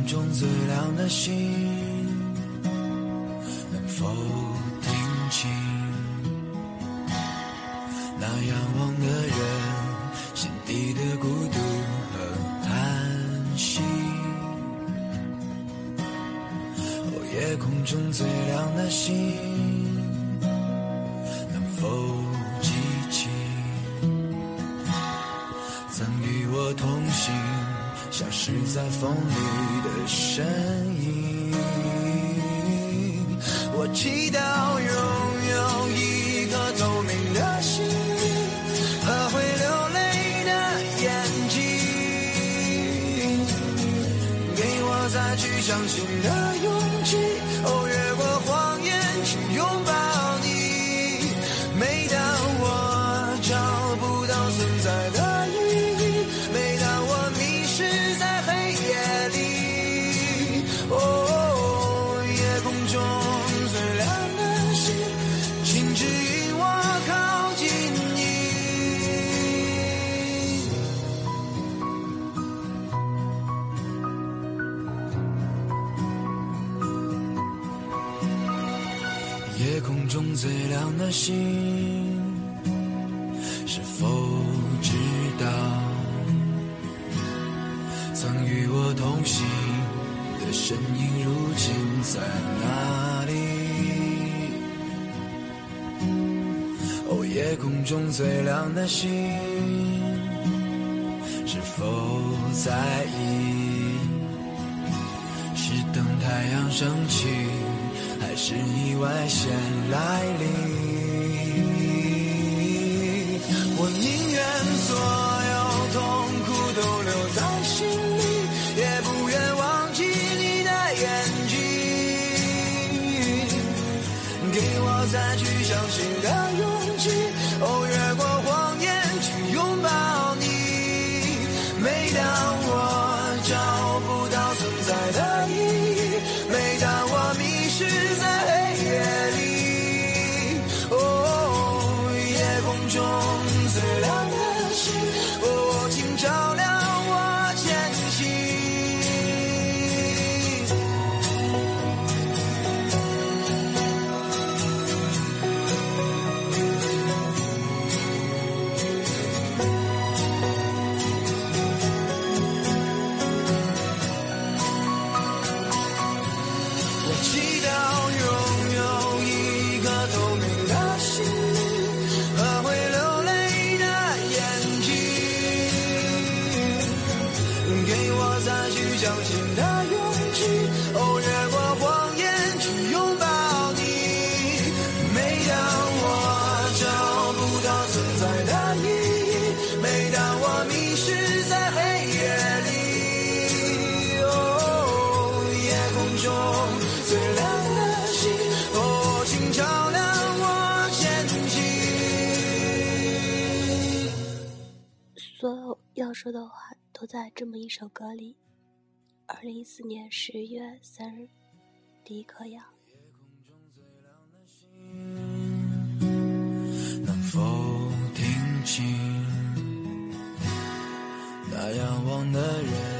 中最亮的星，能否听清那仰望的人心底的孤独和叹息？夜空中最亮的星，能否记起曾与我同行消失在风里的身影？我祈祷拥有一颗透明的心灵和会流泪的眼睛，给我再去相信的勇气，越过谎言去拥抱你。每当我找不到存在的意义，每当我迷失在黑夜里，夜空中最亮的星，请指引我靠近你。夜空中最亮的星，是否知道曾与我同行的身影如今在哪里？夜空中最亮的星，是否在意是等太阳升起，还是意外先来临？我宁愿所有痛苦都留在心里，也不愿忘记你的眼睛，给我再去相信的勇气，越过谎言去拥抱你。每当我找不到存在的意义，每当我迷失在黑夜里，夜空中最亮的星，请照亮我前行。我祈祷拥有一颗透明的心灵和会流泪的眼睛，给我再去相信的勇气，越过谎言去拥抱你。每当我找不到存在的意义，每当我迷失在黑夜里，夜空中最亮的星，请照亮我前行。 所有要说的话都在这么一首歌里。2014年10月3日，第一颗药。 能否听清那仰望的人